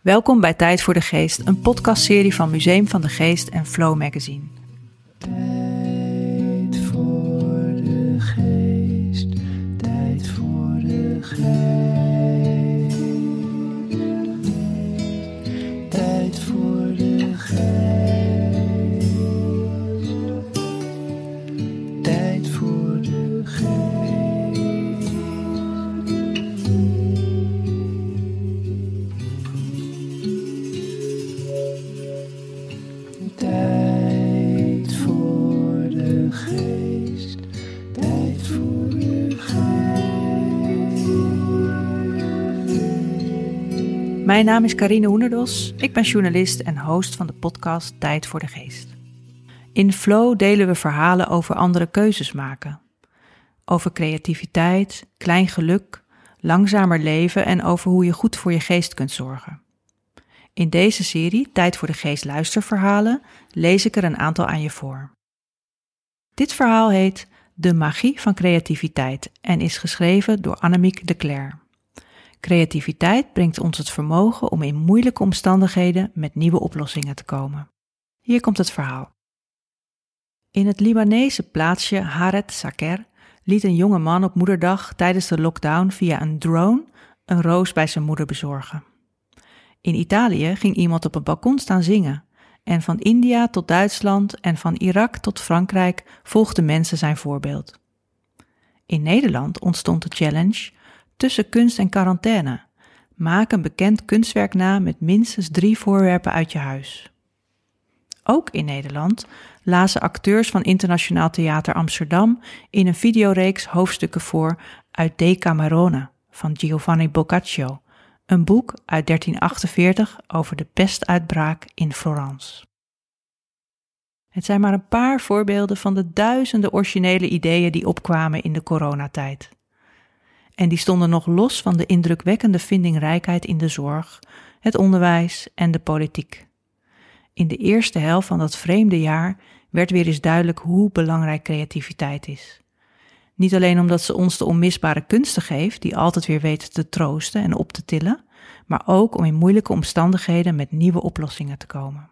Welkom bij Tijd voor de Geest, een podcastserie van Museum van de Geest en Flow Magazine. Tijd voor de geest, tijd voor de geest. Tijd voor de geest. Tijd voor de geest. Tijd voor de geest, tijd voor de geest. Mijn naam is Carine Hoenderdos, ik ben journalist en host van de podcast Tijd voor de Geest. In Flow delen we verhalen over andere keuzes maken. Over creativiteit, klein geluk, langzamer leven en over hoe je goed voor je geest kunt zorgen. In deze serie, Tijd voor de Geest luisterverhalen, lees ik er een aantal aan je voor. Dit verhaal heet De magie van creativiteit en is geschreven door Annemiek de Cler. Creativiteit brengt ons het vermogen om in moeilijke omstandigheden met nieuwe oplossingen te komen. Hier komt het verhaal. In het Libanese plaatsje Haret Saker liet een jonge man op moederdag tijdens de lockdown via een drone een roos bij zijn moeder bezorgen. In Italië ging iemand op een balkon staan zingen en van India tot Duitsland en van Irak tot Frankrijk volgden mensen zijn voorbeeld. In Nederland ontstond de challenge Tussen kunst en quarantaine. Maak een bekend kunstwerk na met minstens 3 voorwerpen uit je huis. Ook in Nederland lazen acteurs van Internationaal Theater Amsterdam in een videoreeks hoofdstukken voor uit Decamerone van Giovanni Boccaccio, een boek uit 1348 over de pestuitbraak in Florence. Het zijn maar een paar voorbeelden van de duizenden originele ideeën die opkwamen in de coronatijd. En die stonden nog los van de indrukwekkende vindingrijkheid in de zorg, het onderwijs en de politiek. In de eerste helft van dat vreemde jaar werd weer eens duidelijk hoe belangrijk creativiteit is. Niet alleen omdat ze ons de onmisbare kunsten geeft, die altijd weer weten te troosten en op te tillen, maar ook om in moeilijke omstandigheden met nieuwe oplossingen te komen.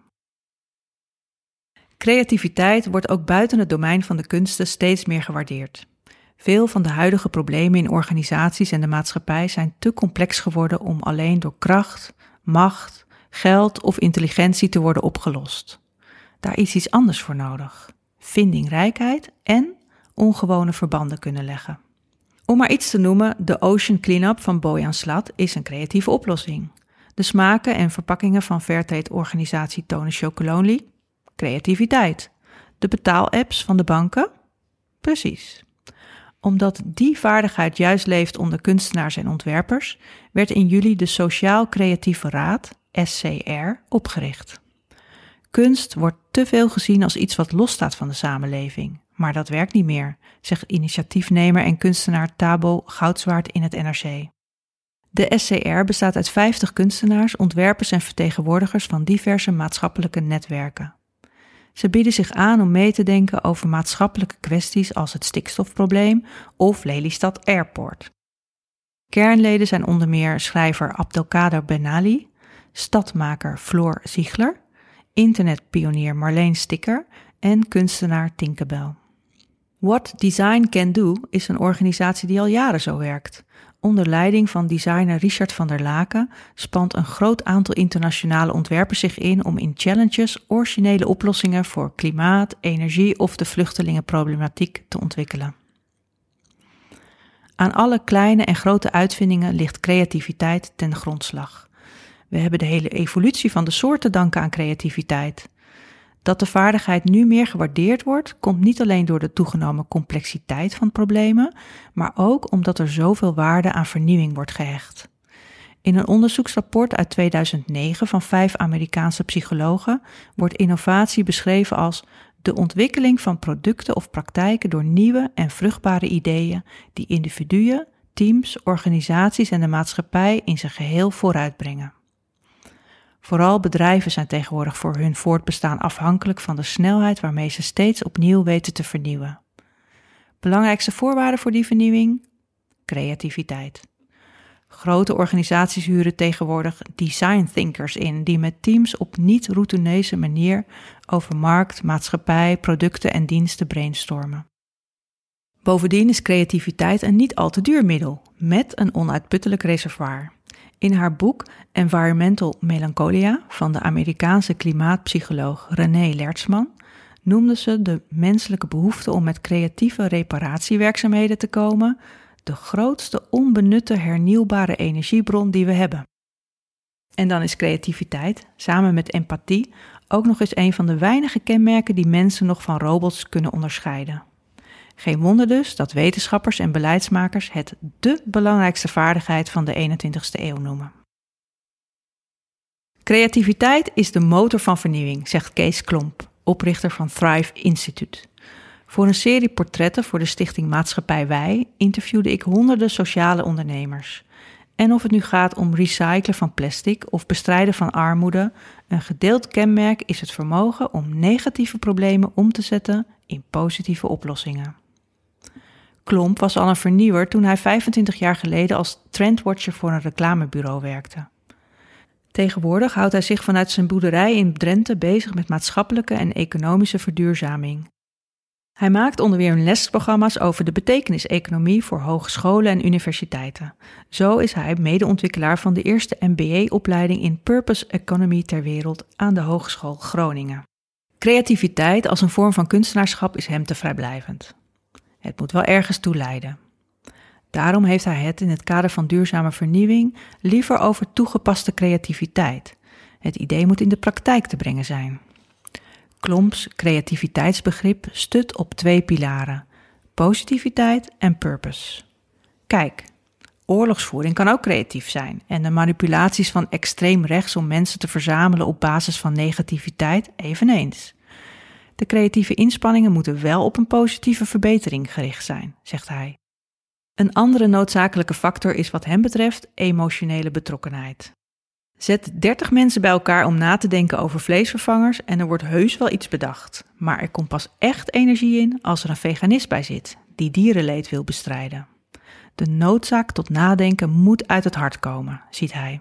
Creativiteit wordt ook buiten het domein van de kunsten steeds meer gewaardeerd. Veel van de huidige problemen in organisaties en de maatschappij zijn te complex geworden om alleen door kracht, macht, geld of intelligentie te worden opgelost. Daar is iets anders voor nodig: vindingrijkheid en ongewone verbanden kunnen leggen. Om maar iets te noemen, de Ocean Cleanup van Boyan Slat is een creatieve oplossing. De smaken en verpakkingen van Fairtrade-organisatie Tony Chocolonely? Creativiteit. De betaalapps van de banken? Precies. Omdat die vaardigheid juist leeft onder kunstenaars en ontwerpers, werd in juli de Sociaal Creatieve Raad, SCR, opgericht. Kunst wordt te veel gezien als iets wat losstaat van de samenleving. Maar dat werkt niet meer, zegt initiatiefnemer en kunstenaar Thabo Goudswaard in het NRC. De SCR bestaat uit 50 kunstenaars, ontwerpers en vertegenwoordigers van diverse maatschappelijke netwerken. Ze bieden zich aan om mee te denken over maatschappelijke kwesties als het stikstofprobleem of Lelystad Airport. Kernleden zijn onder meer schrijver Abdelkader Benali, stadmaker Floor Ziegler, internetpionier Marleen Sticker en kunstenaar Tinkerbell. What Design Can Do is een organisatie die al jaren zo werkt. Onder leiding van designer Richard van der Laken spant een groot aantal internationale ontwerpers zich in om in challenges originele oplossingen voor klimaat, energie of de vluchtelingenproblematiek te ontwikkelen. Aan alle kleine en grote uitvindingen ligt creativiteit ten grondslag. We hebben de hele evolutie van de soort te danken aan creativiteit. Dat de vaardigheid nu meer gewaardeerd wordt, komt niet alleen door de toegenomen complexiteit van problemen, maar ook omdat er zoveel waarde aan vernieuwing wordt gehecht. In een onderzoeksrapport uit 2009 van 5 Amerikaanse psychologen wordt innovatie beschreven als de ontwikkeling van producten of praktijken door nieuwe en vruchtbare ideeën die individuen, teams, organisaties en de maatschappij in zijn geheel vooruitbrengen. Vooral bedrijven zijn tegenwoordig voor hun voortbestaan afhankelijk van de snelheid waarmee ze steeds opnieuw weten te vernieuwen. Belangrijkste voorwaarde voor die vernieuwing? Creativiteit. Grote organisaties huren tegenwoordig design thinkers in die met teams op niet-routineuze manier over markt, maatschappij, producten en diensten brainstormen. Bovendien is creativiteit een niet al te duur middel, met een onuitputtelijk reservoir. In haar boek Environmental Melancholia van de Amerikaanse klimaatpsycholoog René Lertsman noemde ze de menselijke behoefte om met creatieve reparatiewerkzaamheden te komen de grootste onbenutte hernieuwbare energiebron die we hebben. En dan is creativiteit, samen met empathie, ook nog eens een van de weinige kenmerken die mensen nog van robots kunnen onderscheiden. Geen wonder dus dat wetenschappers en beleidsmakers het dé belangrijkste vaardigheid van de 21ste eeuw noemen. Creativiteit is de motor van vernieuwing, zegt Kees Klomp, oprichter van Thrive Institute. Voor een serie portretten voor de stichting Maatschappij Wij interviewde ik honderden sociale ondernemers. En of het nu gaat om recyclen van plastic of bestrijden van armoede, een gedeeld kenmerk is het vermogen om negatieve problemen om te zetten in positieve oplossingen. Klomp was al een vernieuwer toen hij 25 jaar geleden als trendwatcher voor een reclamebureau werkte. Tegenwoordig houdt hij zich vanuit zijn boerderij in Drenthe bezig met maatschappelijke en economische verduurzaming. Hij maakt onder meer lesprogramma's over de betekeniseconomie voor hogescholen en universiteiten. Zo is hij medeontwikkelaar van de eerste MBA-opleiding in Purpose Economy ter wereld aan de Hogeschool Groningen. Creativiteit als een vorm van kunstenaarschap is hem te vrijblijvend. Het moet wel ergens toe leiden. Daarom heeft hij het in het kader van duurzame vernieuwing liever over toegepaste creativiteit. Het idee moet in de praktijk te brengen zijn. Klomps creativiteitsbegrip stut op 2 pilaren: positiviteit en purpose. Kijk, oorlogsvoering kan ook creatief zijn en de manipulaties van extreem rechts om mensen te verzamelen op basis van negativiteit eveneens. De creatieve inspanningen moeten wel op een positieve verbetering gericht zijn, zegt hij. Een andere noodzakelijke factor is wat hem betreft emotionele betrokkenheid. Zet 30 mensen bij elkaar om na te denken over vleesvervangers en er wordt heus wel iets bedacht. Maar er komt pas echt energie in als er een veganist bij zit, die dierenleed wil bestrijden. De noodzaak tot nadenken moet uit het hart komen, ziet hij.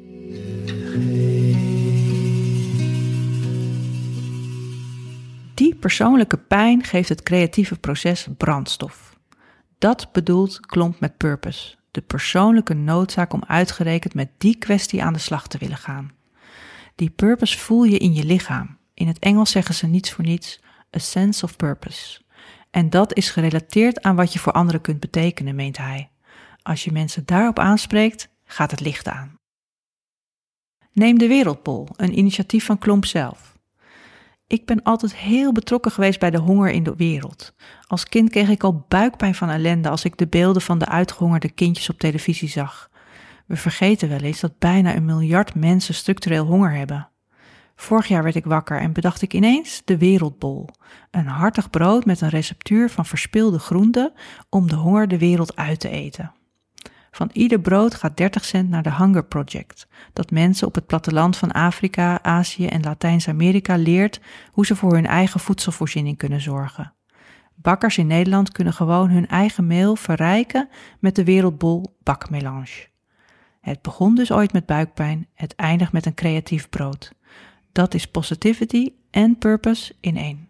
Die persoonlijke pijn geeft het creatieve proces brandstof. Dat bedoelt Klomp met purpose. De persoonlijke noodzaak om uitgerekend met die kwestie aan de slag te willen gaan. Die purpose voel je in je lichaam. In het Engels zeggen ze niets voor niets, a sense of purpose. En dat is gerelateerd aan wat je voor anderen kunt betekenen, meent hij. Als je mensen daarop aanspreekt, gaat het licht aan. Neem de Wereldbol, een initiatief van Klomp zelf. Ik ben altijd heel betrokken geweest bij de honger in de wereld. Als kind kreeg ik al buikpijn van ellende als ik de beelden van de uitgehongerde kindjes op televisie zag. We vergeten wel eens dat bijna 1 miljard mensen structureel honger hebben. Vorig jaar werd ik wakker en bedacht ik ineens de Wereldbol. Een hartig brood met een receptuur van verspilde groenten om de honger de wereld uit te eten. Van ieder brood gaat 30 cent naar de Hunger Project, dat mensen op het platteland van Afrika, Azië en Latijns-Amerika leert hoe ze voor hun eigen voedselvoorziening kunnen zorgen. Bakkers in Nederland kunnen gewoon hun eigen meel verrijken met de Wereldbol bakmelange. Het begon dus ooit met buikpijn, het eindigt met een creatief brood. Dat is positivity en purpose in één.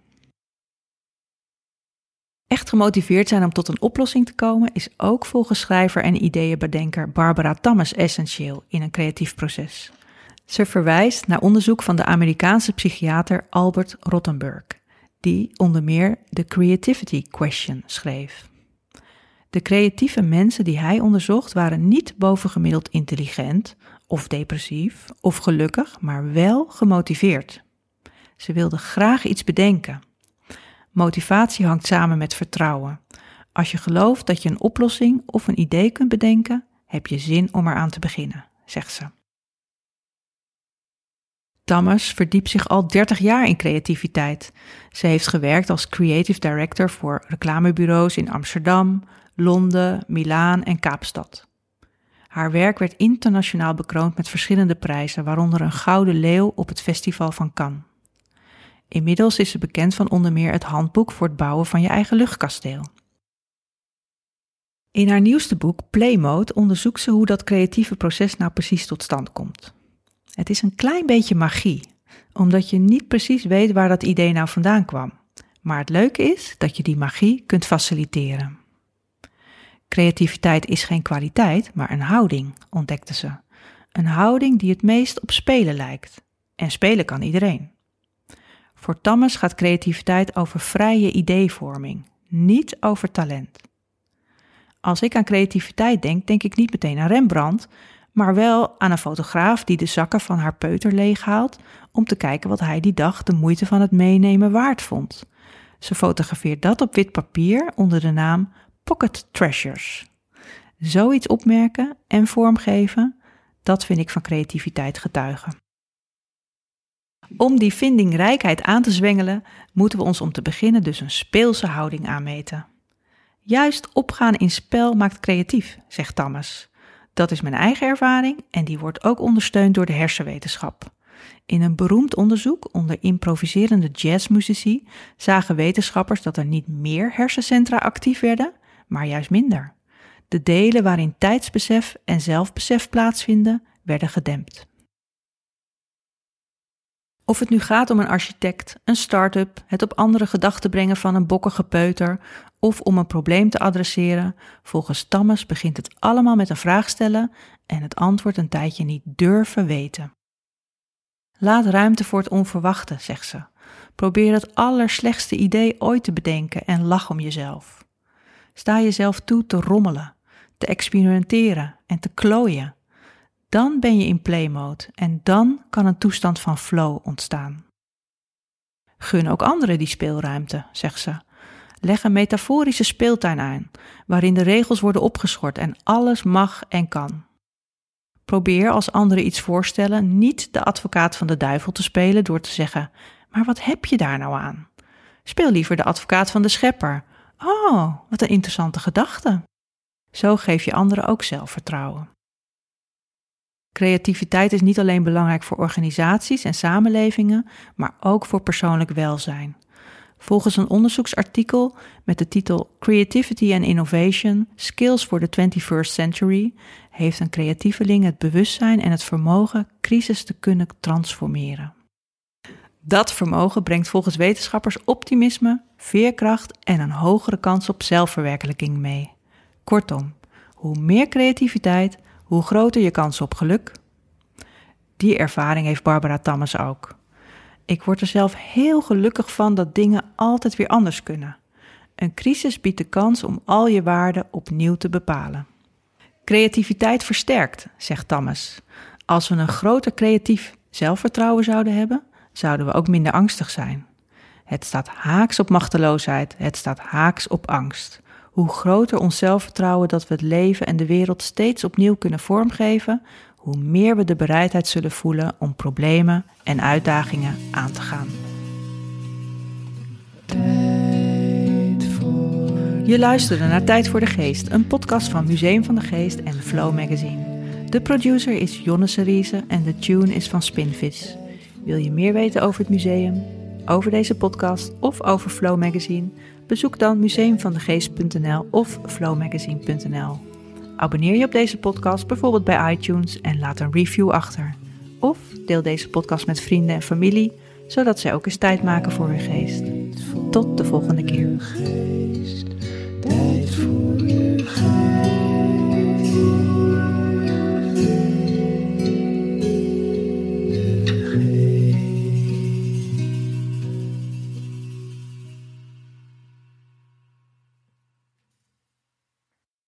Echt gemotiveerd zijn om tot een oplossing te komen is ook volgens schrijver en ideeënbedenker Barbara Tammes essentieel in een creatief proces. Ze verwijst naar onderzoek van de Amerikaanse psychiater Albert Rothenberg, die onder meer de Creativity Question schreef. De creatieve mensen die hij onderzocht waren niet bovengemiddeld intelligent of depressief of gelukkig, maar wel gemotiveerd. Ze wilden graag iets bedenken. Motivatie hangt samen met vertrouwen. Als je gelooft dat je een oplossing of een idee kunt bedenken, heb je zin om eraan te beginnen, zegt ze. Tammes verdiept zich al 30 jaar in creativiteit. Ze heeft gewerkt als creative director voor reclamebureaus in Amsterdam, Londen, Milaan en Kaapstad. Haar werk werd internationaal bekroond met verschillende prijzen, waaronder een Gouden Leeuw op het Festival van Cannes. Inmiddels is ze bekend van onder meer het handboek voor het bouwen van je eigen luchtkasteel. In haar nieuwste boek Play Mode onderzoekt ze hoe dat creatieve proces nou precies tot stand komt. Het is een klein beetje magie, omdat je niet precies weet waar dat idee nou vandaan kwam. Maar het leuke is dat je die magie kunt faciliteren. Creativiteit is geen kwaliteit, maar een houding, ontdekte ze. Een houding die het meest op spelen lijkt. En spelen kan iedereen. Voor Tammes gaat creativiteit over vrije ideevorming, niet over talent. Als ik aan creativiteit denk, denk ik niet meteen aan Rembrandt, maar wel aan een fotograaf die de zakken van haar peuter leeghaalt om te kijken wat hij die dag de moeite van het meenemen waard vond. Ze fotografeert dat op wit papier onder de naam Pocket Treasures. Zoiets opmerken en vormgeven, dat vind ik van creativiteit getuigen. Om die vindingrijkheid aan te zwengelen, moeten we ons om te beginnen dus een speelse houding aanmeten. Juist opgaan in spel maakt creatief, zegt Tammes. Dat is mijn eigen ervaring en die wordt ook ondersteund door de hersenwetenschap. In een beroemd onderzoek onder improviserende jazzmuzici zagen wetenschappers dat er niet meer hersencentra actief werden, maar juist minder. De delen waarin tijdsbesef en zelfbesef plaatsvinden, werden gedempt. Of het nu gaat om een architect, een start-up, het op andere gedachten brengen van een bokkige peuter of om een probleem te adresseren, volgens Tammes begint het allemaal met een vraag stellen en het antwoord een tijdje niet durven weten. Laat ruimte voor het onverwachte, zegt ze. Probeer het allerslechtste idee ooit te bedenken en lach om jezelf. Sta jezelf toe te rommelen, te experimenteren en te klooien. Dan ben je in playmode en dan kan een toestand van flow ontstaan. Gun ook anderen die speelruimte, zegt ze. Leg een metaforische speeltuin aan, waarin de regels worden opgeschort en alles mag en kan. Probeer als anderen iets voorstellen niet de advocaat van de duivel te spelen door te zeggen, maar wat heb je daar nou aan? Speel liever de advocaat van de schepper. Oh, wat een interessante gedachte. Zo geef je anderen ook zelfvertrouwen. Creativiteit is niet alleen belangrijk voor organisaties en samenlevingen, maar ook voor persoonlijk welzijn. Volgens een onderzoeksartikel met de titel Creativity and Innovation, Skills for the 21st Century, heeft een creatieveling het bewustzijn en het vermogen crisis te kunnen transformeren. Dat vermogen brengt volgens wetenschappers optimisme, veerkracht en een hogere kans op zelfverwerkelijking mee. Kortom, hoe meer creativiteit, hoe groter je kans op geluk. Die ervaring heeft Barbara Tammes ook. Ik word er zelf heel gelukkig van dat dingen altijd weer anders kunnen. Een crisis biedt de kans om al je waarden opnieuw te bepalen. Creativiteit versterkt, zegt Tammes. Als we een groter creatief zelfvertrouwen zouden hebben, zouden we ook minder angstig zijn. Het staat haaks op machteloosheid, het staat haaks op angst. Hoe groter ons zelfvertrouwen dat we het leven en de wereld steeds opnieuw kunnen vormgeven, hoe meer we de bereidheid zullen voelen om problemen en uitdagingen aan te gaan. Je luisterde naar Tijd voor de Geest, een podcast van Museum van de Geest en Flow Magazine. De producer is Jonne Seriese en de tune is van Spinvis. Wil je meer weten over het museum, over deze podcast of over Flow Magazine? Bezoek dan museumvandegeest.nl of flowmagazine.nl. Abonneer je op deze podcast bijvoorbeeld bij iTunes en laat een review achter. Of deel deze podcast met vrienden en familie, zodat zij ook eens tijd maken voor hun geest. Tot de volgende keer.